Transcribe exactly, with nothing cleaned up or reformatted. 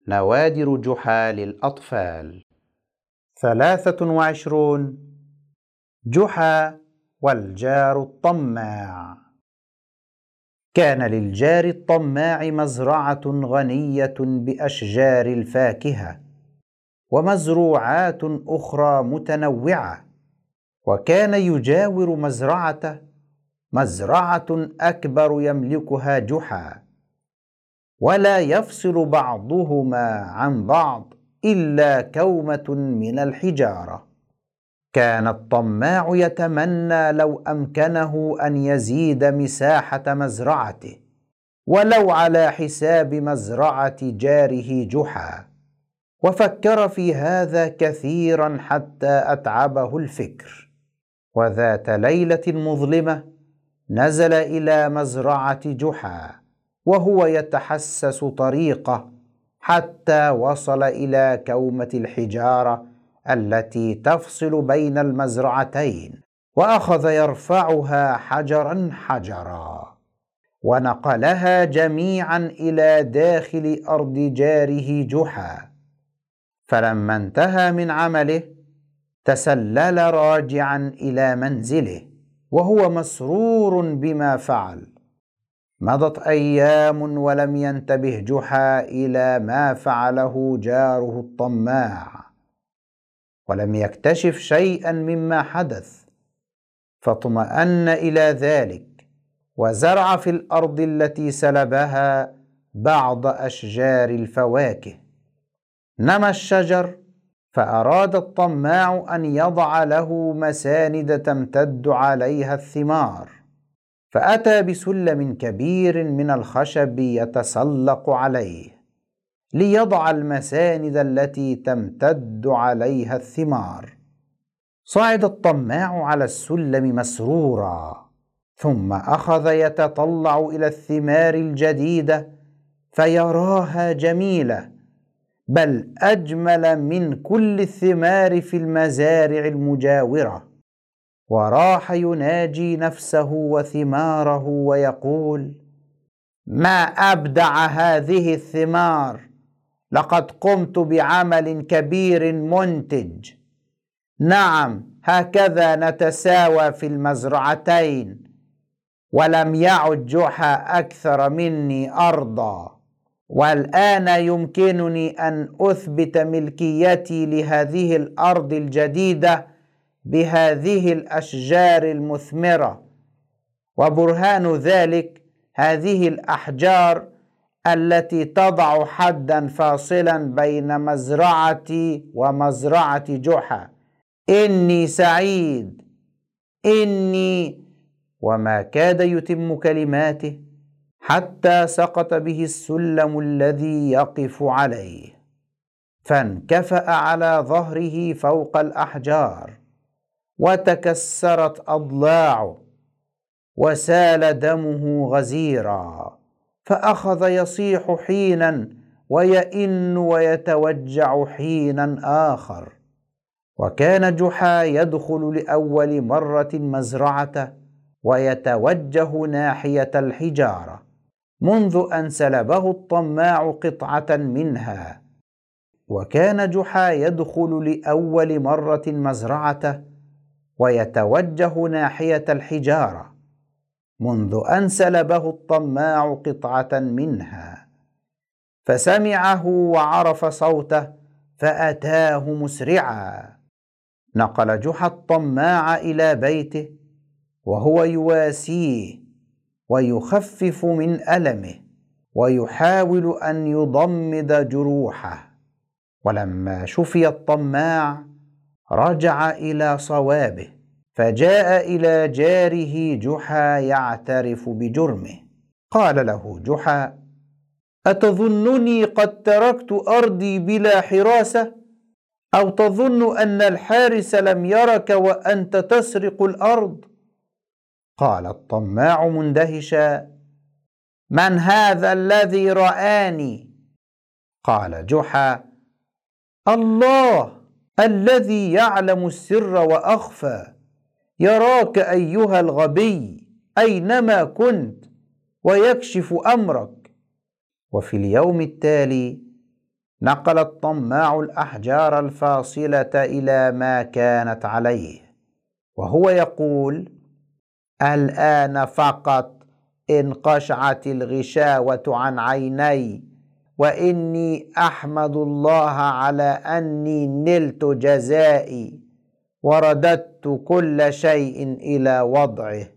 نوادر جحا للأطفال. ثلاثة وعشرون. جحا والجار الطماع. كان للجار الطماع مزرعة غنية بأشجار الفاكهة ومزروعات أخرى متنوعة، وكان يجاور مزرعته مزرعة أكبر يملكها جحا، ولا يفصل بعضهما عن بعض إلا كومة من الحجارة. كان الطماع يتمنى لو أمكنه أن يزيد مساحة مزرعته ولو على حساب مزرعة جاره جحا، وفكر في هذا كثيرا حتى أتعبه الفكر. وذات ليلة مظلمة نزل إلى مزرعة جحا وهو يتحسس طريقه حتى وصل إلى كومة الحجارة التي تفصل بين المزرعتين، وأخذ يرفعها حجرا حجرا ونقلها جميعا إلى داخل أرض جاره جحا. فلما انتهى من عمله تسلل راجعا إلى منزله وهو مسرور بما فعل. مضت أيام ولم ينتبه جحا إلى ما فعله جاره الطماع، ولم يكتشف شيئا مما حدث، فاطمأن إلى ذلك وزرع في الأرض التي سلبها بعض أشجار الفواكه. نمى الشجر، فأراد الطماع أن يضع له مساند تمتد عليها الثمار، فأتى بسلم كبير من الخشب يتسلق عليه ليضع المساند التي تمتد عليها الثمار. صعد الطماع على السلم مسرورا، ثم أخذ يتطلع إلى الثمار الجديدة فيراها جميلة، بل أجمل من كل الثمار في المزارع المجاورة. وراح يناجي نفسه وثماره ويقول: ما أبدع هذه الثمار، لقد قمت بعمل كبير منتج. نعم، هكذا نتساوى في المزرعتين، ولم يعد جحا أكثر مني أرضا، والآن يمكنني أن أثبت ملكيتي لهذه الأرض الجديدة بهذه الأشجار المثمرة، وبرهان ذلك هذه الأحجار التي تضع حدا فاصلا بين مزرعتي ومزرعة جحا. إني سعيد، إني. وما كاد يتم كلماته حتى سقط به السلم الذي يقف عليه، فانكفأ على ظهره فوق الأحجار، وتكسرت أضلاعه، وسال دمه غزيرا، فأخذ يصيح حينا ويئن ويتوجع حينا آخر. وكان جحا يدخل لأول مرة مزرعته ويتوجه ناحية الحجارة منذ أن سلبه الطماع قطعة منها. وكان جحا يدخل لأول مرة مزرعته ويتوجه ناحية الحجارة منذ أن سلبه الطماع قطعة منها، فسمعه وعرف صوته فأتاه مسرعا. نقل جحا الطماع إلى بيته وهو يواسيه ويخفف من ألمه ويحاول أن يضمد جروحه. ولما شفي الطماع رجع إلى صوابه، فجاء إلى جاره جحا يعترف بجرمه. قال له جحا: أتظنني قد تركت أرضي بلا حراسة؟ أو تظن أن الحارس لم يرك وأنت تسرق الأرض؟ قال الطماع مندهشا: من هذا الذي رآني؟ قال جحا: الله الذي يعلم السر وأخفى، يراك أيها الغبي أينما كنت ويكشف أمرك. وفي اليوم التالي نقل الطماع الأحجار الفاصلة إلى ما كانت عليه، وهو يقول: الآن فقط انقشعت الغشاوة عن عيني، وإني أحمد الله على أني نلت جزائي ورددت كل شيء إلى وضعه،